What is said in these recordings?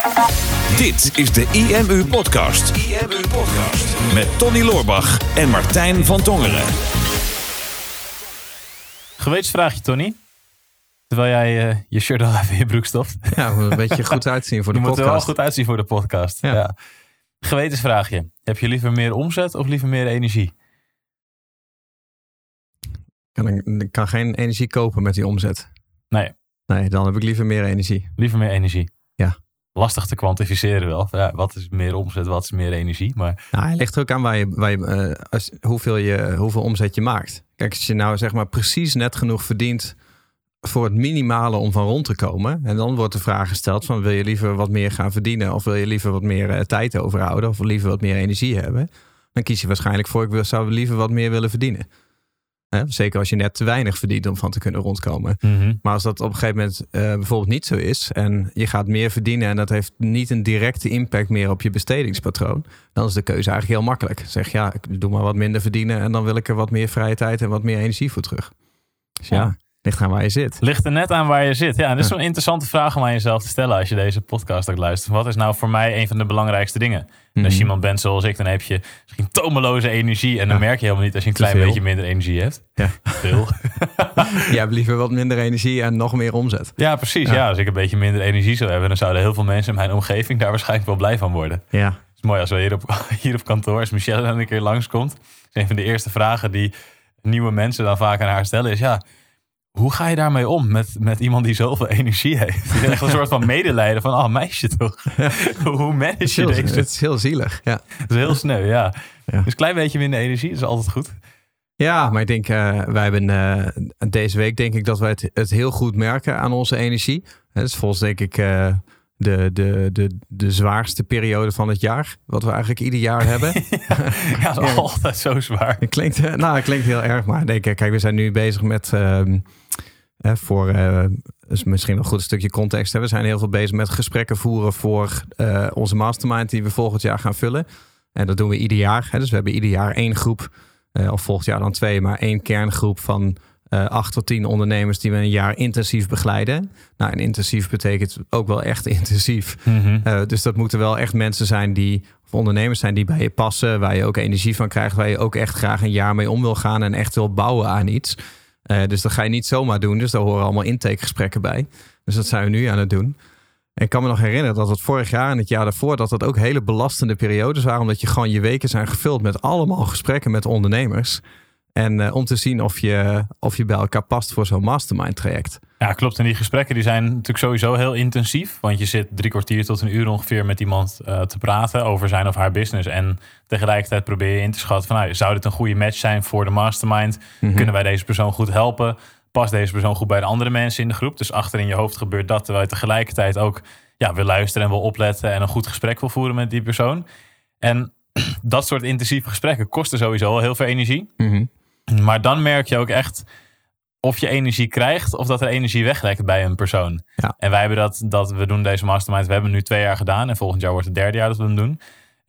Dit is de IMU Podcast. IMU Podcast. Met Tony Loorbach en Martijn van Tongeren. Gewetensvraagje, Tony. Terwijl jij je shirt al even in je broek stopt. Ja, een beetje goed uitzien voor de podcast. Je moet er wel goed uitzien voor de podcast. Ja. Gewetensvraagje. Heb je liever meer omzet of liever meer energie? Ik kan geen energie kopen met die omzet. Nee, dan heb ik liever meer energie. Liever meer energie? Ja. Lastig te kwantificeren wel. Ja, wat is meer omzet, wat is meer energie? Maar... Nou, het ligt er ook aan hoeveel omzet je maakt. Kijk, als je nou zeg maar precies net genoeg verdient voor het minimale om van rond te komen. En dan wordt de vraag gesteld van, wil je liever wat meer gaan verdienen? Of wil je liever wat meer tijd overhouden? Of liever wat meer energie hebben? Dan kies je waarschijnlijk voor, ik zou liever wat meer willen verdienen. Zeker als je net te weinig verdient om van te kunnen rondkomen. Mm-hmm. Maar als dat op een gegeven moment bijvoorbeeld niet zo is en je gaat meer verdienen en dat heeft niet een directe impact meer op je bestedingspatroon, dan is de keuze eigenlijk heel makkelijk. Zeg ja, ik doe maar wat minder verdienen en dan wil ik er wat meer vrije tijd en wat meer energie voor terug. Dus ja, ligt aan waar je zit. Ligt er net aan waar je zit. Ja, en dat is zo'n interessante vraag om aan jezelf te stellen als je deze podcast ook luistert. Wat is nou voor mij een van de belangrijkste dingen? En als je iemand bent zoals ik, dan heb je misschien tomeloze energie. En dan merk je helemaal niet als je een klein beetje minder energie hebt. Ja. Veel. Je hebt liever wat minder energie en nog meer omzet. Ja, precies. Ja, als ik een beetje minder energie zou hebben, dan zouden heel veel mensen in mijn omgeving daar waarschijnlijk wel blij van worden. Ja. Het is mooi als we hier op kantoor, als Michelle dan een keer langskomt. Is een van de eerste vragen die nieuwe mensen dan vaak aan haar stellen is, ja, hoe ga je daarmee om met iemand die zoveel enerie heeft? Die echt een soort van medelijden van, meisje toch? Hoe manage je deze? Het is heel zielig, ja. Het is heel sneu, ja. Dus een klein beetje minder energie is altijd goed. Ja, maar ik denk, wij hebben deze week denk ik dat wij het heel goed merken aan onze energie. Het is volgens denk ik de zwaarste periode van het jaar. Wat we eigenlijk ieder jaar hebben. Ja, dat is altijd zo zwaar. Het klinkt heel erg, maar denk ik, kijk, we zijn nu bezig met is misschien wel goed een stukje context. We zijn heel veel bezig met gesprekken voeren voor onze mastermind die we volgend jaar gaan vullen. En dat doen we ieder jaar. Dus we hebben ieder jaar 1 groep, of volgend jaar dan 2, maar 1 kerngroep van 8 tot 10 ondernemers die we een jaar intensief begeleiden. Nou, en intensief betekent ook wel echt intensief. Mm-hmm. Dus dat moeten wel echt mensen zijn of ondernemers zijn die bij je passen, waar je ook energie van krijgt, waar je ook echt graag een jaar mee om wil gaan en echt wil bouwen aan iets. Dus dat ga je niet zomaar doen. Dus daar horen allemaal intakegesprekken bij. Dus dat zijn we nu aan het doen. En ik kan me nog herinneren dat het vorig jaar en het jaar daarvoor, dat ook hele belastende periodes waren, omdat je gewoon je weken zijn gevuld met allemaal gesprekken met ondernemers. En om te zien of je bij elkaar past voor zo'n mastermind traject. Ja, klopt. En die gesprekken die zijn natuurlijk sowieso heel intensief. Want je zit 3 kwartier tot 1 uur ongeveer met iemand te praten over zijn of haar business. En tegelijkertijd probeer je in te schatten van, zou dit een goede match zijn voor de mastermind? Mm-hmm. Kunnen wij deze persoon goed helpen? Past deze persoon goed bij de andere mensen in de groep? Dus achter in je hoofd gebeurt dat, terwijl je tegelijkertijd ook wil luisteren en wil opletten en een goed gesprek wil voeren met die persoon. En dat soort intensieve gesprekken kosten sowieso al heel veel energie. Mm-hmm. Maar dan merk je ook echt of je energie krijgt of dat er energie weglekt bij een persoon. Ja. En wij hebben we doen deze mastermind, we hebben nu 2 jaar gedaan en volgend jaar wordt het 3e jaar dat we hem doen.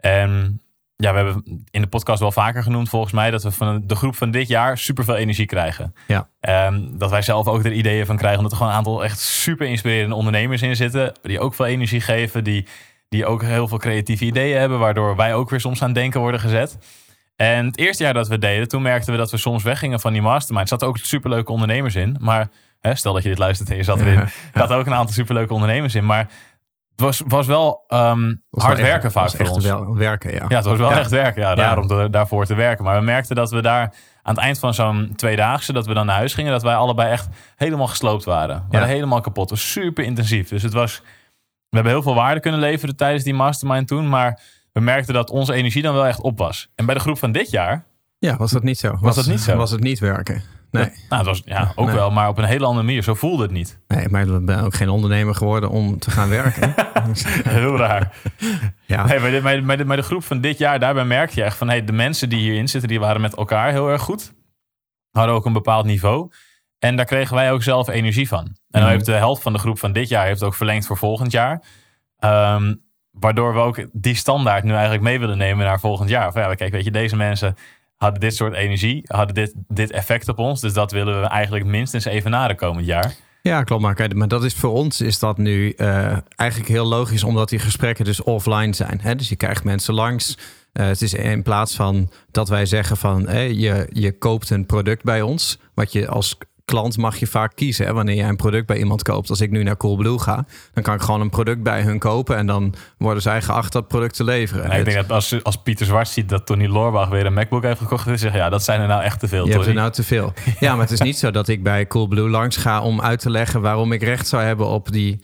En we hebben in de podcast wel vaker genoemd volgens mij dat we van de groep van dit jaar superveel energie krijgen. Ja. Dat wij zelf ook er ideeën van krijgen, omdat er gewoon een aantal echt super inspirerende ondernemers in zitten, die ook veel energie geven, die ook heel veel creatieve ideeën hebben, waardoor wij ook weer soms aan het denken worden gezet. En het eerste jaar dat we deden, toen merkten we dat we soms weggingen van die mastermind. Er zaten ook superleuke ondernemers in. Maar stel dat je dit luistert en je zat erin. Er zaten ook een aantal superleuke ondernemers in. Maar het was wel hard werken vaak voor ons. Wel werken, ja. Ja, het was wel echt werken. Ja, daarvoor te werken. Maar we merkten dat we daar aan het eind van zo'n 2-daagse, dat we dan naar huis gingen, dat wij allebei echt helemaal gesloopt waren. We waren helemaal kapot. Het was super intensief. Dus we hebben heel veel waarde kunnen leveren tijdens die mastermind toen. Maar we merkten dat onze energie dan wel echt op was. En bij de groep van dit jaar... Ja, was dat niet zo. Was het niet werken. Nee. Het was ook wel, maar op een hele andere manier. Zo voelde het niet. Nee, maar ik ben ook geen ondernemer geworden om te gaan werken. Heel raar. Ja. Nee, maar de groep van dit jaar, daarbij merk je echt van, de mensen die hierin zitten, die waren met elkaar heel erg goed. Hadden ook een bepaald niveau. En daar kregen wij ook zelf energie van. En dan heeft de helft van de groep van dit jaar heeft ook verlengd voor volgend jaar. Waardoor we ook die standaard nu eigenlijk mee willen nemen naar volgend jaar. Van, kijk, weet je, deze mensen hadden dit soort energie, hadden dit effect op ons. Dus dat willen we eigenlijk minstens evenaren komend jaar. Ja, klopt. Maar dat is voor ons is dat nu eigenlijk heel logisch, omdat die gesprekken dus offline zijn. Hè? Dus je krijgt mensen langs. Het is in plaats van dat wij zeggen van je koopt een product bij ons, wat je als klant mag je vaak kiezen. Hè? Wanneer jij een product bij iemand koopt. Als ik nu naar Coolblue ga, dan kan ik gewoon een product bij hun kopen en dan worden zij geacht dat product te leveren. Ik denk dat als Pieter Zwart ziet dat Tony Loorbach weer een MacBook heeft gekocht, dan zeg je, dat zijn er nou echt te veel. Je hebt er nou te veel. Ja, maar het is niet zo dat ik bij Coolblue langs ga om uit te leggen waarom ik recht zou hebben op die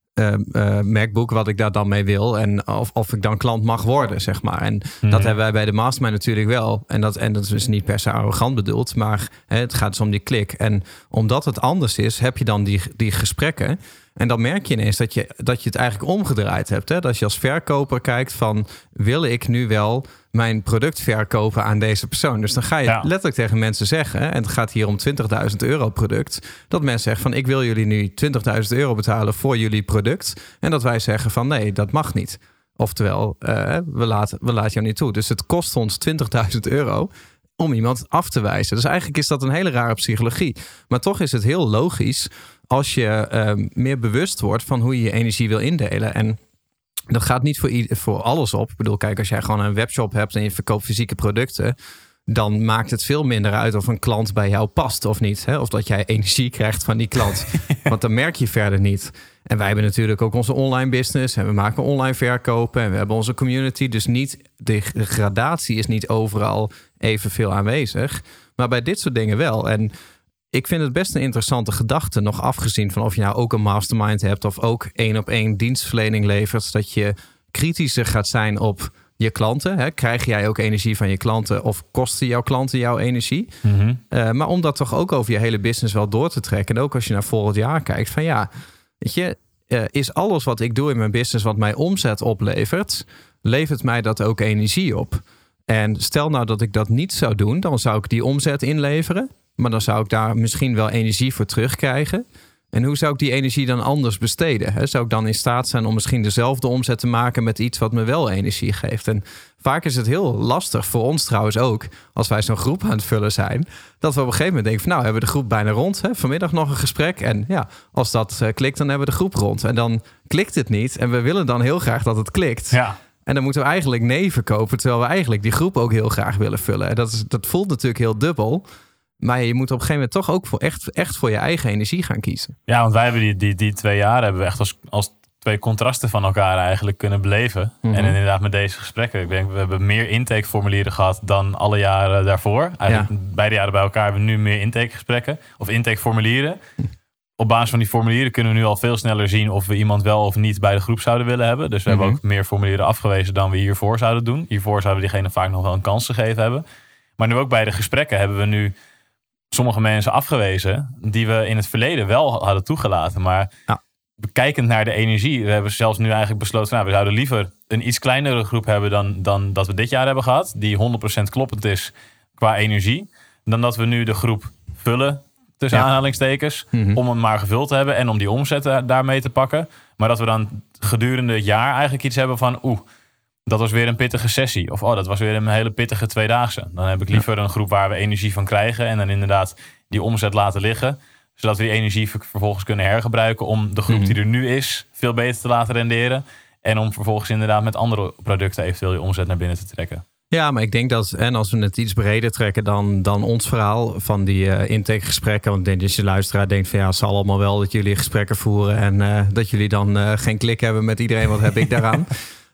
MacBook, wat ik daar dan mee wil en of ik dan klant mag worden, zeg maar. En dat hebben wij bij de Mastermind natuurlijk wel. En dat is dus niet per se arrogant bedoeld, maar het gaat dus om die klik. En omdat het anders is, heb je dan die gesprekken. En dan merk je ineens dat je het eigenlijk omgedraaid hebt. Hè? Dat je als verkoper kijkt van, wil ik nu wel mijn product verkopen aan deze persoon? Dus dan ga je letterlijk tegen mensen zeggen, en het gaat hier om €20.000 product, dat mensen zeggen van, ik wil jullie nu €20.000 betalen voor jullie product. En dat wij zeggen van, nee, dat mag niet. Oftewel, we laten jou niet toe. Dus het kost ons €20.000 om iemand af te wijzen. Dus eigenlijk is dat een hele rare psychologie. Maar toch is het heel logisch als je meer bewust wordt van hoe je je energie wil indelen. En dat gaat niet voor alles op. Ik bedoel, kijk, als jij gewoon een webshop hebt en je verkoopt fysieke producten, dan maakt het veel minder uit of een klant bij jou past of niet. Hè? Of dat jij energie krijgt van die klant. Want dan merk je verder niet. En wij hebben natuurlijk ook onze online business en we maken online verkopen en we hebben onze community. Dus de gradatie is niet overal evenveel aanwezig. Maar bij dit soort dingen wel. En ik vind het best een interessante gedachte, nog afgezien van of je nou ook een mastermind hebt of ook 1-op-1 dienstverlening levert, dat je kritischer gaat zijn op je klanten. Hè? Krijg jij ook energie van je klanten of kosten jouw klanten jouw energie? Maar om dat toch ook over je hele business wel door te trekken. En ook als je naar volgend jaar kijkt van weet je, is alles wat ik doe in mijn business wat mij omzet oplevert, levert mij dat ook energie op? En stel nou dat ik dat niet zou doen, dan zou ik die omzet inleveren, maar dan zou ik daar misschien wel energie voor terugkrijgen. En hoe zou ik die energie dan anders besteden? Hè? Zou ik dan in staat zijn om misschien dezelfde omzet te maken met iets wat me wel energie geeft? En vaak is het heel lastig, voor ons trouwens ook, als wij zo'n groep aan het vullen zijn, dat we op een gegeven moment denken van, nou, hebben we de groep bijna rond. Hè? Vanmiddag nog een gesprek. En als dat klikt, dan hebben we de groep rond. En dan klikt het niet. En we willen dan heel graag dat het klikt. Ja. En dan moeten we eigenlijk nee verkopen, terwijl we eigenlijk die groep ook heel graag willen vullen. En dat voelt natuurlijk heel dubbel. Maar je moet op een gegeven moment toch ook echt voor je eigen energie gaan kiezen. Ja, want wij hebben die 2 jaar hebben we echt als 2 contrasten van elkaar eigenlijk kunnen beleven. En inderdaad met deze gesprekken. Ik denk, we hebben meer intakeformulieren gehad dan alle jaren daarvoor. Eigenlijk beide jaren bij elkaar hebben we nu meer intakegesprekken of intakeformulieren. Op basis van die formulieren kunnen we nu al veel sneller zien of we iemand wel of niet bij de groep zouden willen hebben. Dus we hebben ook meer formulieren afgewezen dan we hiervoor zouden doen. Hiervoor zouden we diegene vaak nog wel een kans gegeven hebben. Maar nu ook bij de gesprekken hebben we nu sommige mensen afgewezen die we in het verleden wel hadden toegelaten. Maar bekijkend naar de energie, we hebben zelfs nu eigenlijk besloten, we zouden liever een iets kleinere groep hebben dan dat we dit jaar hebben gehad, die 100% kloppend is qua energie, dan dat we nu de groep vullen, tussen aanhalingstekens, om hem maar gevuld te hebben en om die omzet daarmee te pakken. Maar dat we dan gedurende het jaar eigenlijk iets hebben van, dat was weer een pittige sessie. Of dat was weer een hele pittige 2-daagse. Dan heb ik liever een groep waar we energie van krijgen. En dan inderdaad die omzet laten liggen. Zodat we die energie vervolgens kunnen hergebruiken om de groep die er nu is veel beter te laten renderen. En om vervolgens inderdaad met andere producten eventueel je omzet naar binnen te trekken. Ja, maar ik denk dat, en als we het iets breder trekken dan ons verhaal van die intakegesprekken. Want ik denk dat je luisteraar denkt van het zal allemaal wel dat jullie gesprekken voeren. En dat jullie dan geen klik hebben met iedereen. Wat heb ik daaraan?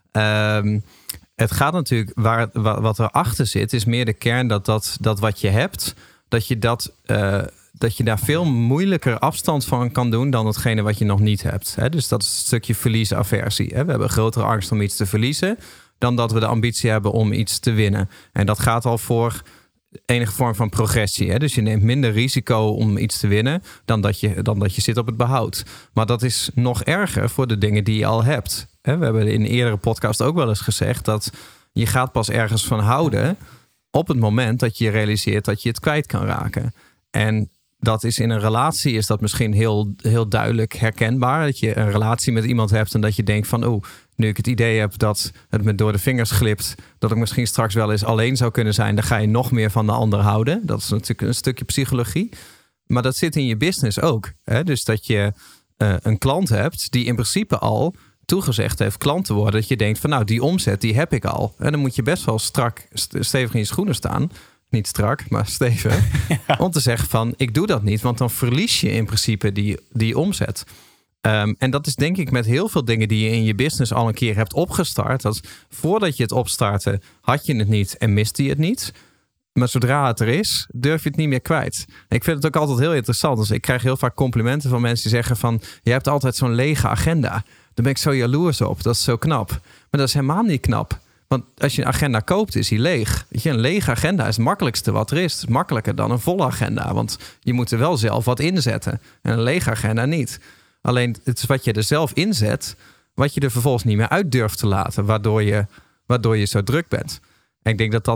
Het gaat natuurlijk, wat erachter zit, is meer de kern dat wat je hebt, dat je daar veel moeilijker afstand van kan doen dan hetgene wat je nog niet hebt. Hè? Dus dat is het stukje verliesaversie. Hè? We hebben grotere angst om iets te verliezen dan dat we de ambitie hebben om iets te winnen. En dat gaat al voor enige vorm van progressie. Hè? Dus je neemt minder risico om iets te winnen dan dat je zit op het behoud. Maar dat is nog erger voor de dingen die je al hebt. We hebben in een eerdere podcast ook wel eens gezegd dat je gaat pas ergens van houden op het moment dat je realiseert dat je het kwijt kan raken. En dat is in een relatie is dat misschien heel, heel duidelijk herkenbaar. Dat je een relatie met iemand hebt en dat je denkt van nu ik het idee heb dat het me door de vingers glipt, dat ik misschien straks wel eens alleen zou kunnen zijn, dan ga je nog meer van de ander houden. Dat is natuurlijk een stukje psychologie. Maar dat zit in je business ook. Hè? Dus dat je een klant hebt die in principe al toegezegd heeft klant te worden. Dat je denkt van die omzet die heb ik al. En dan moet je best wel stevig in je schoenen staan. Niet strak, maar stevig. Ja. Om te zeggen van ik doe dat niet. Want dan verlies je in principe die omzet. En dat is denk ik met heel veel dingen die je in je business al een keer hebt opgestart. Dat voordat je het opstartte had je het niet en miste je het niet. Maar zodra het er is, durf je het niet meer kwijt. Ik vind het ook altijd heel interessant. Dus ik krijg heel vaak complimenten van mensen die zeggen van je hebt altijd zo'n lege agenda. Daar ben ik zo jaloers op. Dat is zo knap. Maar dat is helemaal niet knap. Want als je een agenda koopt, is die leeg. Weet je, een lege agenda is het makkelijkste wat er is. Het is makkelijker dan een volle agenda. Want je moet er wel zelf wat inzetten. En een lege agenda niet. Alleen het is wat je er zelf inzet, wat je er vervolgens niet meer uit durft te laten. Waardoor je zo druk bent. En ik denk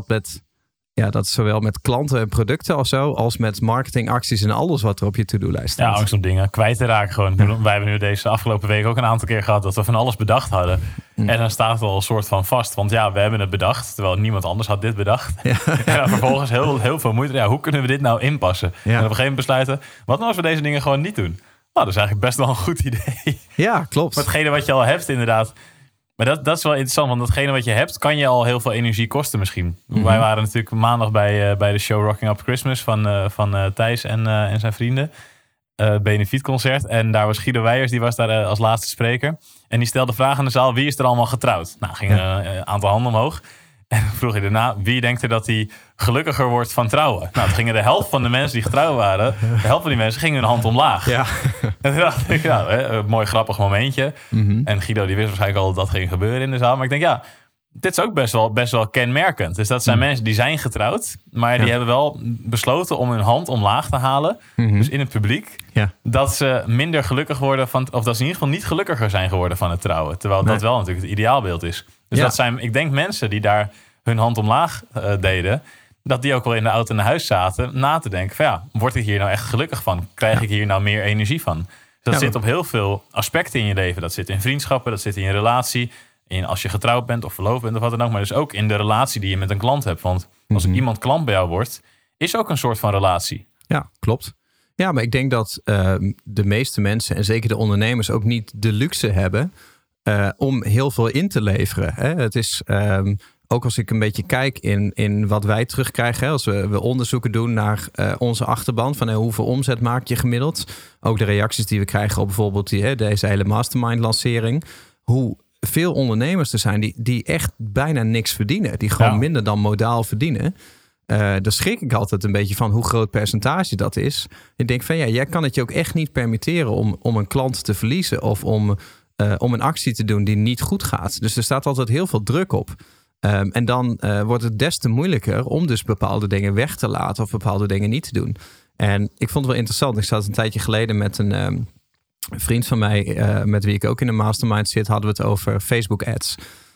dat is zowel met klanten en producten of zo, als met marketingacties en alles wat er op je to-do-lijst staat. Ja, angst om dingen kwijt te raken gewoon. Ja. Wij hebben nu deze afgelopen week ook een aantal keer gehad dat we van alles bedacht hadden. En dan staat het al een soort van vast. Want we hebben het bedacht, terwijl niemand anders had dit bedacht. Ja. En vervolgens heel veel moeite. Ja, hoe kunnen we dit nou inpassen? Ja. En op een gegeven moment besluiten, wat nou als we deze dingen gewoon niet doen? Dat is eigenlijk best wel een goed idee. Ja, klopt. Maar hetgene wat je al hebt inderdaad. Maar dat is wel interessant, want datgene wat je hebt kan je al heel veel energie kosten misschien. Mm-hmm. Wij waren natuurlijk maandag bij de show Rocking Up Christmas van Thijs en zijn vrienden. Benefietconcert. En daar was Guido Weijers, die was daar als laatste spreker. En die stelde vragen aan de zaal, wie is er allemaal getrouwd? Nou, gingen een aantal handen omhoog. En dan vroeg hij daarna, wie denkt er dat hij gelukkiger wordt van trouwen? Nou, toen gingen de helft van de mensen die getrouwd waren, de helft van die mensen gingen hun hand omlaag. Ja. En toen dacht ik, een mooi grappig momentje. Mm-hmm. En Guido die wist waarschijnlijk al dat ging gebeuren in de zaal. Maar ik denk, dit is ook best wel kenmerkend. Dus dat zijn mensen die zijn getrouwd, maar die hebben wel besloten om hun hand omlaag te halen. Mm-hmm. Dus in het publiek. Ja. Dat ze minder gelukkig worden of dat ze in ieder geval niet gelukkiger zijn geworden van het trouwen. Terwijl dat wel natuurlijk het ideaalbeeld is. Dus dat zijn, ik denk, mensen die daar hun hand omlaag deden, dat die ook wel in de auto naar huis zaten na te denken van word ik hier nou echt gelukkig van? Krijg ik hier nou meer energie van? Dus dat zit op heel veel aspecten in je leven. Dat zit in vriendschappen, dat zit in je relatie, in als je getrouwd bent of verloofd bent of wat dan ook. Maar dus ook in de relatie die je met een klant hebt. Want als iemand klant bij jou wordt, is ook een soort van relatie. Ja, klopt. Ja, maar ik denk dat de meeste mensen en zeker de ondernemers ook niet de luxe hebben om heel veel in te leveren. Hè? Het is ook als ik een beetje kijk in wat wij terugkrijgen. Hè? Als we onderzoeken doen naar onze achterban. Van hoeveel omzet maak je gemiddeld. Ook de reacties die we krijgen op bijvoorbeeld deze hele mastermind lancering. Hoe veel ondernemers er zijn die echt bijna niks verdienen. Die gewoon minder dan modaal verdienen. Daar schrik ik altijd een beetje van hoe groot percentage dat is. Ik denk van jij kan het je ook echt niet permitteren om een klant te verliezen. Of om een actie te doen die niet goed gaat. Dus er staat altijd heel veel druk op. En dan wordt het des te moeilijker om dus bepaalde dingen weg te laten of bepaalde dingen niet te doen. En ik vond het wel interessant. Ik zat een tijdje geleden met een vriend van mij, met wie ik ook in een mastermind zit, hadden we het over Facebook ads.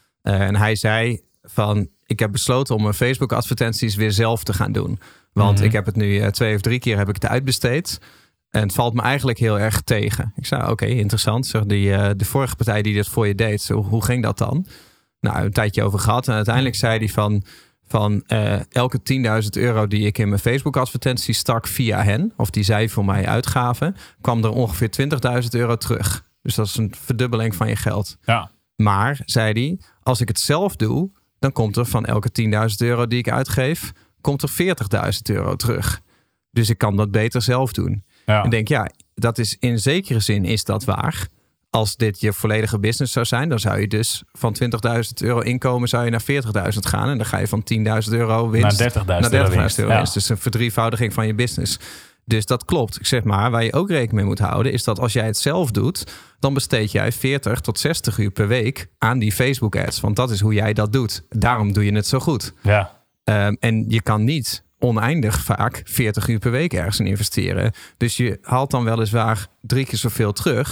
En hij zei van, ik heb besloten om mijn Facebook advertenties weer zelf te gaan doen. Want ik heb het nu 2 of 3 keer heb ik het uitbesteed. En het valt me eigenlijk heel erg tegen. Ik zei, oké, interessant. Zeg, de vorige partij die dit voor je deed, hoe ging dat dan? Nou, een tijdje over gehad. En uiteindelijk zei hij van elke €10.000 die ik in mijn Facebook advertenties stak via hen, of die zij voor mij uitgaven, kwam er ongeveer €20.000 terug. Dus dat is een verdubbeling van je geld. Ja. Maar, zei hij, als ik het zelf doe, dan komt er van elke €10.000 die ik uitgeef, komt er €40.000 terug. Dus ik kan dat beter zelf doen. Ja. En denk, dat is in zekere zin is dat waar. Als dit je volledige business zou zijn, dan zou je dus van €20.000 inkomen zou je naar €40.000 gaan. En dan ga je van €10.000 winst naar €30.000 winst. Dus een verdrievoudiging van je business. Dus dat klopt. Ik zeg maar, waar je ook rekening mee moet houden, is dat als jij het zelf doet, dan besteed jij 40 tot 60 uur per week aan die Facebook ads. Want dat is hoe jij dat doet. Daarom doe je het zo goed. Ja. En je kan niet oneindig vaak 40 uur per week ergens in investeren. Dus je haalt dan weliswaar 3 keer zoveel terug.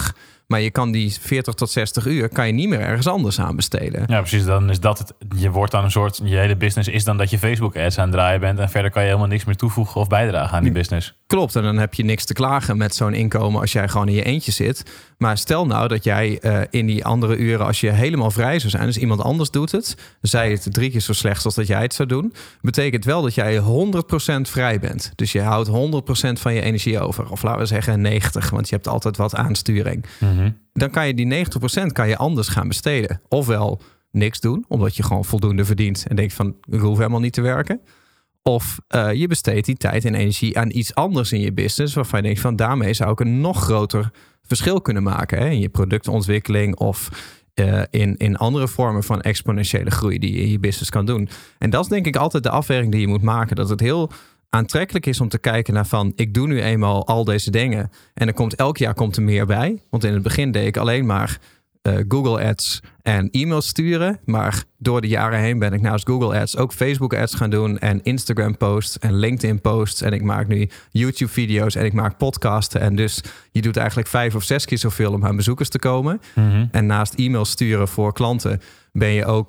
Maar je kan die 40 tot 60 uur kan je niet meer ergens anders aan besteden. Ja, precies. Dan is dat het. Je wordt dan een soort. Je hele business is dan dat je Facebook ads aan het draaien bent. En verder kan je helemaal niks meer toevoegen of bijdragen aan die business. Klopt. En dan heb je niks te klagen met zo'n inkomen als jij gewoon in je eentje zit. Maar stel nou dat jij in die andere uren, als je helemaal vrij zou zijn, dus iemand anders doet het, zij het 3 keer zo slecht als dat jij het zou doen, betekent wel dat jij 100% vrij bent. Dus je houdt 100% van je energie over. Of laten we zeggen 90, want je hebt altijd wat aansturing. Mm-hmm. Dan kan je die 90% kan je anders gaan besteden. Ofwel niks doen, omdat je gewoon voldoende verdient en denkt van, ik hoef helemaal niet te werken. Of je besteedt die tijd en energie aan iets anders in je business, waarvan je denkt van, daarmee zou ik een nog groter verschil kunnen maken. Hè? In je productontwikkeling of in andere vormen van exponentiële groei die je in je business kan doen. En dat is denk ik altijd de afweging die je moet maken. Dat het heel aantrekkelijk is om te kijken naar van, ik doe nu eenmaal al deze dingen. En elk jaar komt er meer bij. Want in het begin deed ik alleen maar Google Ads en e-mails sturen. Maar door de jaren heen ben ik naast Google Ads ook Facebook Ads gaan doen. En Instagram posts en LinkedIn posts. En ik maak nu YouTube video's en ik maak podcasten. En dus je doet eigenlijk 5 of 6 keer zoveel om aan bezoekers te komen. Mm-hmm. En naast e-mails sturen voor klanten ben je ook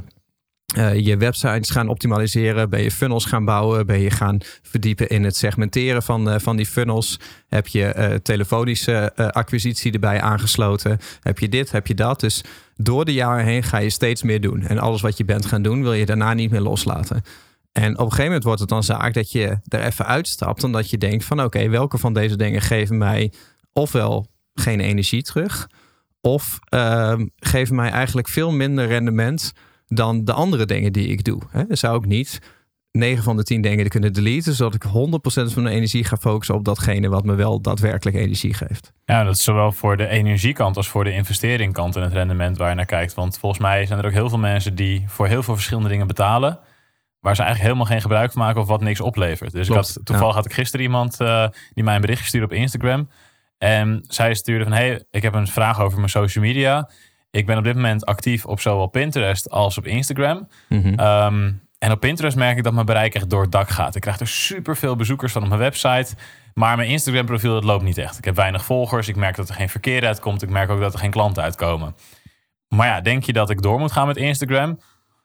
je websites gaan optimaliseren, ben je funnels gaan bouwen, ben je gaan verdiepen in het segmenteren van die funnels. Heb je telefonische acquisitie erbij aangesloten. Heb je dit, heb je dat. Dus door de jaren heen ga je steeds meer doen. En alles wat je bent gaan doen, wil je daarna niet meer loslaten. En op een gegeven moment wordt het dan zaak dat je er even uitstapt, omdat je denkt van oké, welke van deze dingen geven mij ofwel geen energie terug, of geven mij eigenlijk veel minder rendement dan de andere dingen die ik doe. Dan zou ik niet 9 van de 10 dingen kunnen deleten, zodat ik 100% van mijn energie ga focussen op datgene wat me wel daadwerkelijk energie geeft. Ja, dat is zowel voor de energiekant als voor de investeringkant en het rendement waar je naar kijkt. Want volgens mij zijn er ook heel veel mensen die voor heel veel verschillende dingen betalen, waar ze eigenlijk helemaal geen gebruik van maken of wat niks oplevert. Dus toevallig had ik gisteren iemand die mij een berichtje stuurde op Instagram. En zij stuurde van, hey, ik heb een vraag over mijn social media. Ik ben op dit moment actief op zowel Pinterest als op Instagram. Mm-hmm. En op Pinterest merk ik dat mijn bereik echt door het dak gaat. Ik krijg er superveel bezoekers van op mijn website. Maar mijn Instagram profiel, dat loopt niet echt. Ik heb weinig volgers. Ik merk dat er geen verkeer uitkomt. Ik merk ook dat er geen klanten uitkomen. Maar ja, denk je dat ik door moet gaan met Instagram?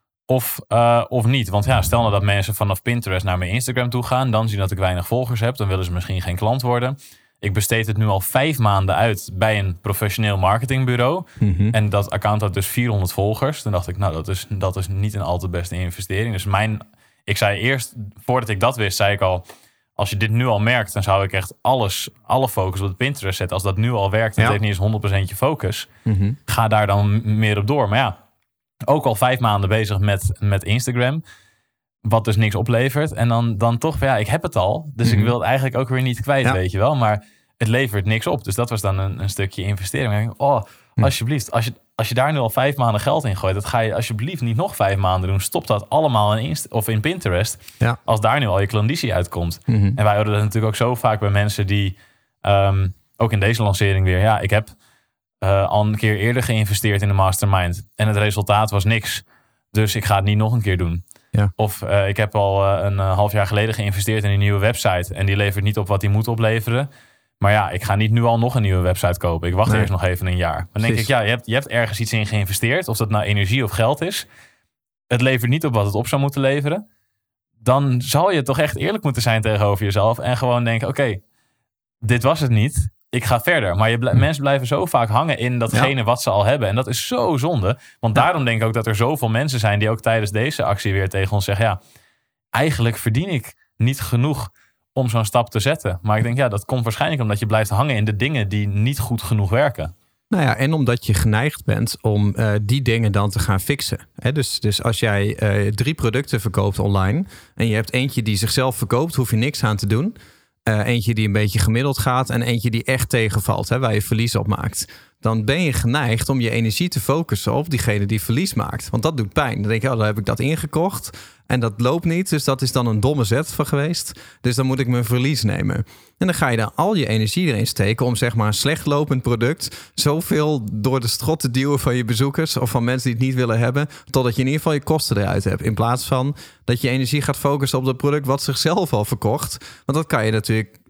Of niet? Want ja, stel nou dat mensen vanaf Pinterest naar mijn Instagram toe gaan. Dan zien dat ik weinig volgers heb. Dan willen ze misschien geen klant worden. Ik besteed het nu al 5 maanden uit bij een professioneel marketingbureau. Mm-hmm. En dat account had dus 400 volgers. Toen dacht ik, nou, dat is niet een al te beste investering. Dus ik zei eerst, voordat ik dat wist, zei ik al, als je dit nu al merkt, dan zou ik echt alle focus op het Pinterest zetten. Als dat nu al werkt, en het heeft niet eens 100% je focus. Mm-hmm. Ga daar dan meer op door. Maar ja, ook al 5 maanden bezig met Instagram, wat dus niks oplevert. En dan toch, ja, ik heb het al. Dus ik wil het eigenlijk ook weer niet kwijt, weet je wel. Maar het levert niks op. Dus dat was dan een stukje investering. En ik denk, alsjeblieft, als je daar nu al 5 maanden geld in gooit, dat ga je alsjeblieft niet nog 5 maanden doen. Stop dat allemaal in Pinterest. Ja. Als daar nu al je klandizie uitkomt. Mm-hmm. En wij houden dat natuurlijk ook zo vaak bij mensen die, ook in deze lancering weer, ja, ik heb al een keer eerder geïnvesteerd in de mastermind. En het resultaat was niks. Dus ik ga het niet nog een keer doen. Ja. Of ik heb al een half jaar geleden geïnvesteerd in een nieuwe website. En die levert niet op wat die moet opleveren. Maar ja, ik ga niet nu al nog een nieuwe website kopen. Ik wacht eerst nog even een jaar. Dan denk ik, ja, je hebt ergens iets in geïnvesteerd. Of dat nou energie of geld is. Het levert niet op wat het op zou moeten leveren. Dan zal je toch echt eerlijk moeten zijn tegenover jezelf. En gewoon denken, oké, dit was het niet. Ik ga verder. Maar mensen blijven zo vaak hangen in datgene wat ze al hebben. En dat is zo zonde. Want daarom denk ik ook dat er zoveel mensen zijn die ook tijdens deze actie weer tegen ons zeggen, ja, eigenlijk verdien ik niet genoeg om zo'n stap te zetten. Maar ik denk, ja, dat komt waarschijnlijk omdat je blijft hangen in de dingen die niet goed genoeg werken. Nou ja, en omdat je geneigd bent om die dingen dan te gaan fixen. Dus als jij 3 producten verkoopt online en je hebt eentje die zichzelf verkoopt, hoef je niks aan te doen. Eentje die een beetje gemiddeld gaat en eentje die echt tegenvalt, waar je verlies op maakt. Dan ben je geneigd om je energie te focussen op diegene die verlies maakt. Want dat doet pijn. Dan denk je, dan heb ik dat ingekocht en dat loopt niet. Dus dat is dan een domme zet van geweest. Dus dan moet ik mijn verlies nemen. En dan ga je dan al je energie erin steken om zeg maar een slecht lopend product zoveel door de strot te duwen van je bezoekers of van mensen die het niet willen hebben, totdat je in ieder geval je kosten eruit hebt. In plaats van dat je energie gaat focussen op dat product wat zichzelf al verkocht. Want dat kan je natuurlijk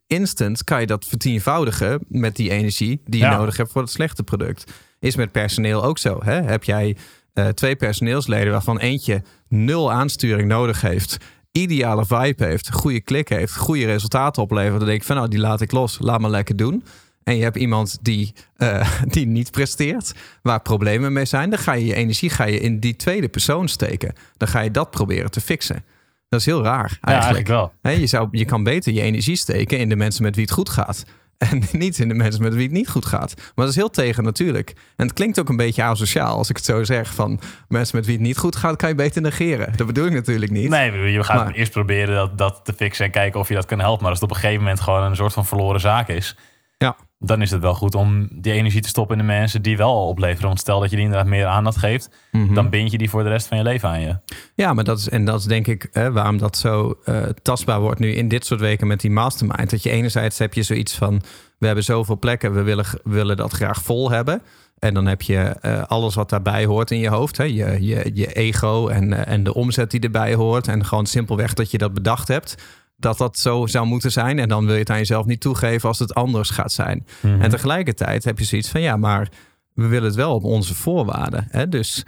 instant kan je dat vertienvoudigen met die energie die je nodig hebt voor het slechte product. Is met personeel ook zo. Hè? Heb jij 2 personeelsleden waarvan eentje 0 aansturing nodig heeft, ideale vibe heeft, goede klik heeft, goede resultaten oplevert, dan denk ik van nou, die laat ik los, laat maar lekker doen. En je hebt iemand die niet presteert, waar problemen mee zijn, dan ga je energie in die tweede persoon steken. Dan ga je dat proberen te fixen. Dat is heel raar eigenlijk. Ja, eigenlijk wel. Je kan beter je energie steken in de mensen met wie het goed gaat. En niet in de mensen met wie het niet goed gaat. Maar dat is heel tegennatuurlijk. En het klinkt ook een beetje asociaal als ik het zo zeg. Van mensen met wie het niet goed gaat, kan je beter negeren. Dat bedoel ik natuurlijk niet. Nee, je gaat eerst proberen dat te fixen en kijken of je dat kan helpen. Maar als het op een gegeven moment gewoon een soort van verloren zaak is, dan is het wel goed om die energie te stoppen in de mensen die wel opleveren. Want stel dat je die inderdaad meer aandacht geeft, dan bind je die voor de rest van je leven aan je. Ja, maar dat is denk ik waarom dat zo tastbaar wordt nu in dit soort weken met die mastermind. Dat je enerzijds heb je zoiets van, we hebben zoveel plekken, we willen dat graag vol hebben. En dan heb je alles wat daarbij hoort in je hoofd. Hè? Je ego en de omzet die erbij hoort. En gewoon simpelweg dat je dat bedacht hebt. Dat zo zou moeten zijn. En dan wil je het aan jezelf niet toegeven als het anders gaat zijn. Mm-hmm. En tegelijkertijd heb je zoiets van, ja, maar we willen het wel op onze voorwaarden. Hè? Dus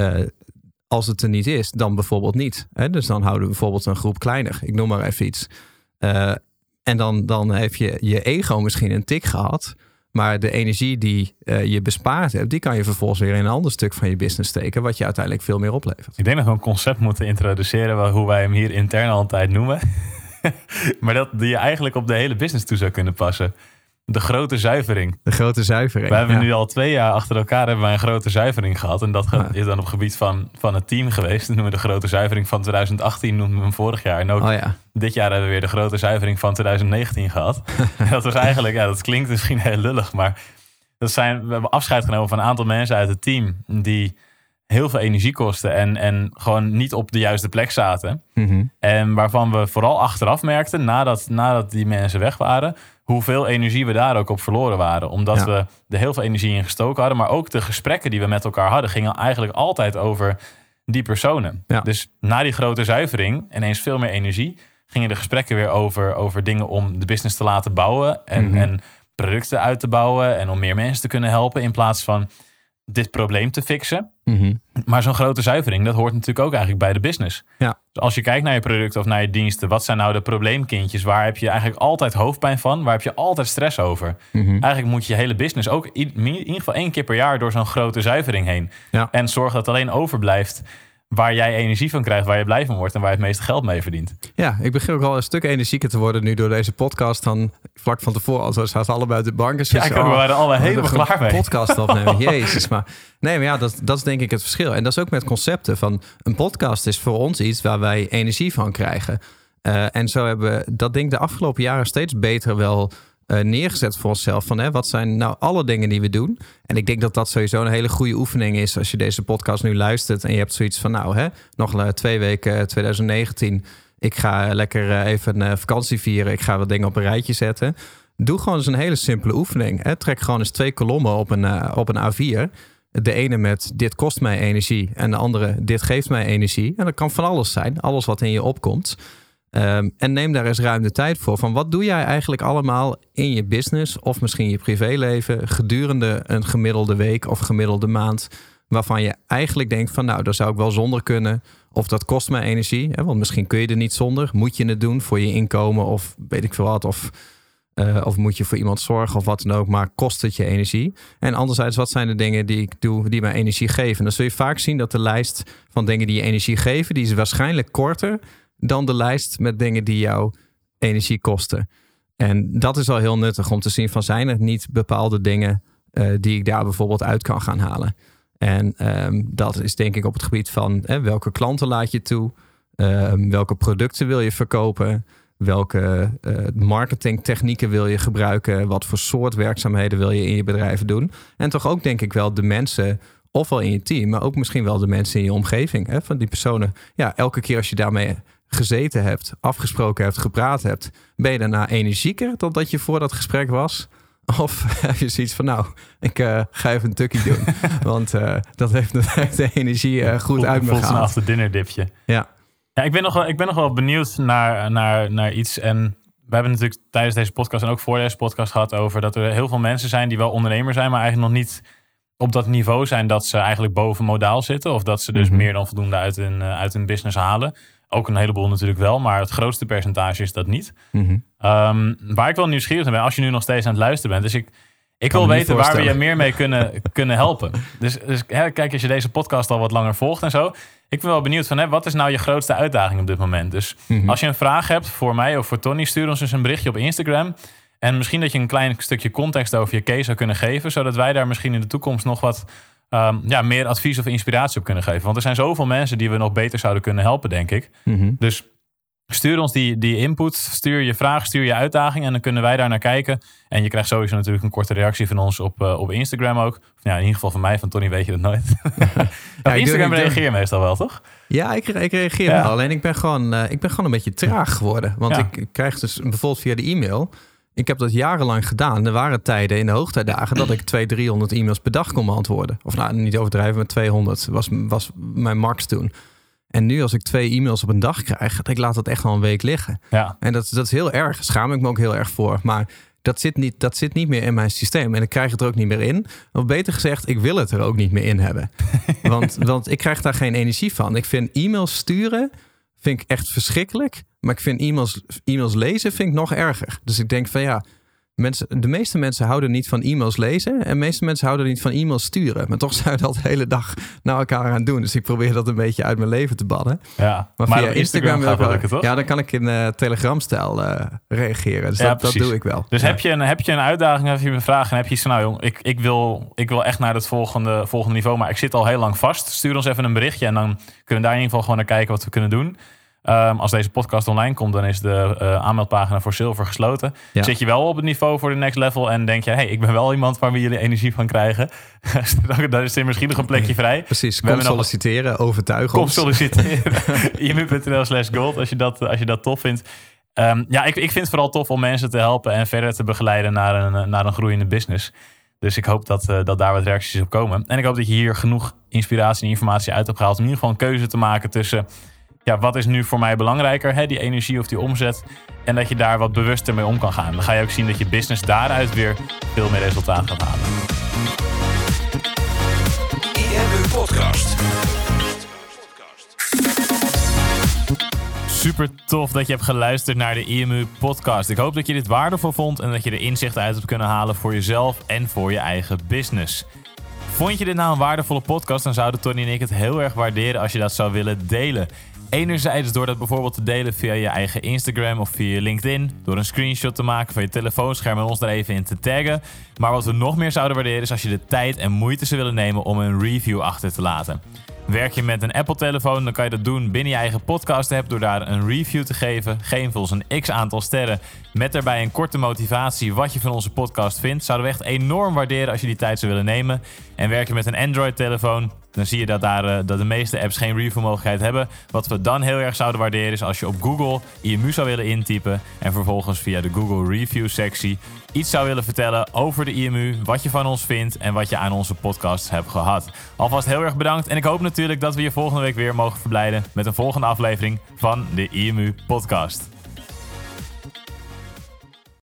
als het er niet is, dan bijvoorbeeld niet. Hè? Dus dan houden we bijvoorbeeld een groep kleiner. Ik noem maar even iets. En dan heb je ego misschien een tik gehad. Maar de energie die je bespaard hebt, die kan je vervolgens weer in een ander stuk van je business steken, wat je uiteindelijk veel meer oplevert. Ik denk dat we een concept moeten introduceren, hoe wij hem hier intern al een tijd noemen. Maar die je eigenlijk op de hele business toe zou kunnen passen. De grote zuivering. De grote zuivering. We hebben nu al 2 jaar achter elkaar hebben wij een grote zuivering gehad. En dat is dan op het gebied van het team geweest. Dat noemen we de grote zuivering van 2018, noemden we hem vorig jaar. En ook dit jaar hebben we weer de grote zuivering van 2019 gehad. En dat was eigenlijk, dat klinkt misschien heel lullig, maar we hebben afscheid genomen van een aantal mensen uit het team die heel veel energie kosten en gewoon niet op de juiste plek zaten. Mm-hmm. En waarvan we vooral achteraf merkten, nadat die mensen weg waren, hoeveel energie we daar ook op verloren waren. Omdat we er heel veel energie in gestoken hadden. Maar ook de gesprekken die we met elkaar hadden, gingen eigenlijk altijd over die personen. Ja. Dus na die grote zuivering, ineens veel meer energie, gingen de gesprekken weer over dingen om de business te laten bouwen. En producten uit te bouwen. En om meer mensen te kunnen helpen. In plaats van dit probleem te fixen. Mm-hmm. Maar zo'n grote zuivering, dat hoort natuurlijk ook eigenlijk bij de business. Ja. Dus als je kijkt naar je producten of naar je diensten, wat zijn nou de probleemkindjes? Waar heb je eigenlijk altijd hoofdpijn van? Waar heb je altijd stress over? Mm-hmm. Eigenlijk moet je hele business ook in ieder geval 1 keer per jaar door zo'n grote zuivering heen. Ja. En zorg dat het alleen overblijft waar jij energie van krijgt, waar je blij van wordt en waar je het meeste geld mee verdient. Ja, ik begin ook al een stuk energieker te worden nu door deze podcast dan vlak van tevoren. Als we zaten allebei uit de bank. Dus we waren alle helemaal klaar mee. Podcast opnemen, jezus. Maar dat is denk ik het verschil. En dat is ook met concepten van een podcast is voor ons iets waar wij energie van krijgen. En zo hebben we dat ding de afgelopen jaren steeds beter wel neergezet voor onszelf. Van wat zijn nou alle dingen die we doen? En ik denk dat dat sowieso een hele goede oefening is als je deze podcast nu luistert en je hebt zoiets van nog 2 weken 2019. Ik ga lekker even vakantie vieren. Ik ga wat dingen op een rijtje zetten. Doe gewoon eens een hele simpele oefening. Trek gewoon eens 2 kolommen op een A4. De ene met dit kost mij energie en de andere dit geeft mij energie. En dat kan van alles zijn. Alles wat in je opkomt. En neem daar eens ruim de tijd voor. Van wat doe jij eigenlijk allemaal in je business of misschien je privéleven gedurende een gemiddelde week of gemiddelde maand, waarvan je eigenlijk denkt van daar zou ik wel zonder kunnen. Of dat kost mij energie. Hè? Want misschien kun je er niet zonder. Moet je het doen voor je inkomen of weet ik veel wat. Of moet je voor iemand zorgen of wat dan ook. Maar kost het je energie? En anderzijds, wat zijn de dingen die ik doe die mij energie geven? Dan zul je vaak zien dat de lijst van dingen die je energie geven, die is waarschijnlijk korter dan de lijst met dingen die jou energie kosten. En dat is al heel nuttig om te zien van zijn er niet bepaalde dingen die ik daar bijvoorbeeld uit kan gaan halen. En dat is denk ik op het gebied van welke klanten laat je toe, welke producten wil je verkopen, welke marketingtechnieken wil je gebruiken, wat voor soort werkzaamheden wil je in je bedrijf doen. En toch ook denk ik wel de mensen, ofwel in je team, maar ook misschien wel de mensen in je omgeving. Van die personen, elke keer als je daarmee gezeten hebt, afgesproken hebt, gepraat hebt, ben je daarna energieker dan dat je voor dat gesprek was? Of heb je zoiets van, ik ga even een tukkie doen. Want dat heeft de energie goed uit me gehaald. Voelt een after dinner dipje. Ja. Ja, ik ben nog wel benieuwd naar iets. En we hebben natuurlijk tijdens deze podcast en ook voor deze podcast gehad over dat er heel veel mensen zijn die wel ondernemer zijn, maar eigenlijk nog niet op dat niveau zijn dat ze eigenlijk boven modaal zitten. Of dat ze dus meer dan voldoende uit hun business halen. Ook een heleboel natuurlijk wel, maar het grootste percentage is dat niet. Waar ik wel nieuwsgierig naar ben, als je nu nog steeds aan het luisteren bent. Dus ik wil weten waar we je meer mee kunnen helpen. Dus kijk, als je deze podcast al wat langer volgt en zo. Ik ben wel benieuwd van, wat is nou je grootste uitdaging op dit moment? Dus als je een vraag hebt voor mij of voor Tony, stuur ons eens een berichtje op Instagram. En misschien dat je een klein stukje context over je case zou kunnen geven, zodat wij daar misschien in de toekomst nog wat meer advies of inspiratie op kunnen geven. Want er zijn zoveel mensen die we nog beter zouden kunnen helpen, denk ik. Dus stuur ons die input, stuur je vraag, stuur je uitdaging en dan kunnen wij daar naar kijken. En je krijgt sowieso natuurlijk een korte reactie van ons op Instagram ook. Ja, in ieder geval van mij, van Tony weet je dat nooit. Op Instagram reageer je meestal wel, toch? Ja, ik reageer wel. Alleen ik ben gewoon een beetje traag geworden. Want ik krijg dus bijvoorbeeld via de e-mail. Ik heb dat jarenlang gedaan. Er waren tijden in de hoogtijdagen dat ik 200-300 e-mails per dag kon beantwoorden. Of nou, niet overdrijven, maar 200 was mijn max toen. En nu als ik 2 e-mails op een dag krijg, ik laat dat echt wel een week liggen. Ja. En dat is heel erg. Daar schaam ik me ook heel erg voor. Maar dat zit niet meer in mijn systeem. En ik krijg het er ook niet meer in. Of beter gezegd, ik wil het er ook niet meer in hebben. want ik krijg daar geen energie van. Ik vind e-mails sturen vind ik echt verschrikkelijk. Maar ik vind e-mails lezen vind ik nog erger. Dus ik denk van de meeste mensen houden niet van e-mails lezen. En de meeste mensen houden niet van e-mails sturen. Maar toch zijn we dat de hele dag naar elkaar aan doen. Dus ik probeer dat een beetje uit mijn leven te bannen. Ja, maar via Instagram gaat wel, toch? Ja, dan kan ik in Telegram-stijl reageren. Dus dat doe ik wel. Dus heb je een uitdaging, heb je een vraag en heb je iets van, nou jong, ik wil echt naar het volgende niveau. Maar ik zit al heel lang vast. Stuur ons even een berichtje en dan kunnen we daar in ieder geval gewoon naar kijken wat we kunnen doen. Als deze podcast online komt, dan is de aanmeldpagina voor Silver gesloten. Ja. Zit je wel op het niveau voor de next level en denk je, ik ben wel iemand waar we jullie energie van krijgen. Dan is er misschien nog een plekje vrij. Precies, kom solliciteren, overtuigen ons. Kom solliciteren. imu.nl/gold als je dat tof vindt. Ik vind het vooral tof om mensen te helpen en verder te begeleiden naar een groeiende business. Dus ik hoop dat daar wat reacties op komen. En ik hoop dat je hier genoeg inspiratie en informatie uit hebt gehaald om in ieder geval een keuze te maken tussen wat is nu voor mij belangrijker, die energie of die omzet. En dat je daar wat bewuster mee om kan gaan. Dan ga je ook zien dat je business daaruit weer veel meer resultaat gaat halen. IMU Podcast. Super tof dat je hebt geluisterd naar de IMU Podcast. Ik hoop dat je dit waardevol vond en dat je er inzichten uit hebt kunnen halen voor jezelf en voor je eigen business. Vond je dit nou een waardevolle podcast, dan zouden Tony en ik het heel erg waarderen als je dat zou willen delen. Enerzijds door dat bijvoorbeeld te delen via je eigen Instagram of via je LinkedIn. Door een screenshot te maken van je telefoonscherm en ons daar even in te taggen. Maar wat we nog meer zouden waarderen is als je de tijd en moeite zou willen nemen om een review achter te laten. Werk je met een Apple-telefoon, dan kan je dat doen binnen je eigen podcast-app door daar een review te geven. Geef ons een x-aantal sterren met daarbij een korte motivatie wat je van onze podcast vindt. Zouden we echt enorm waarderen als je die tijd zou willen nemen. En werk je met een Android-telefoon, dan zie je dat de meeste apps geen review-mogelijkheid hebben. Wat we dan heel erg zouden waarderen is als je op Google IMU zou willen intypen en vervolgens via de Google Review-sectie iets zou willen vertellen over de IMU, wat je van ons vindt en wat je aan onze podcast hebt gehad. Alvast heel erg bedankt en ik hoop natuurlijk dat we je volgende week weer mogen verblijden met een volgende aflevering van de IMU Podcast.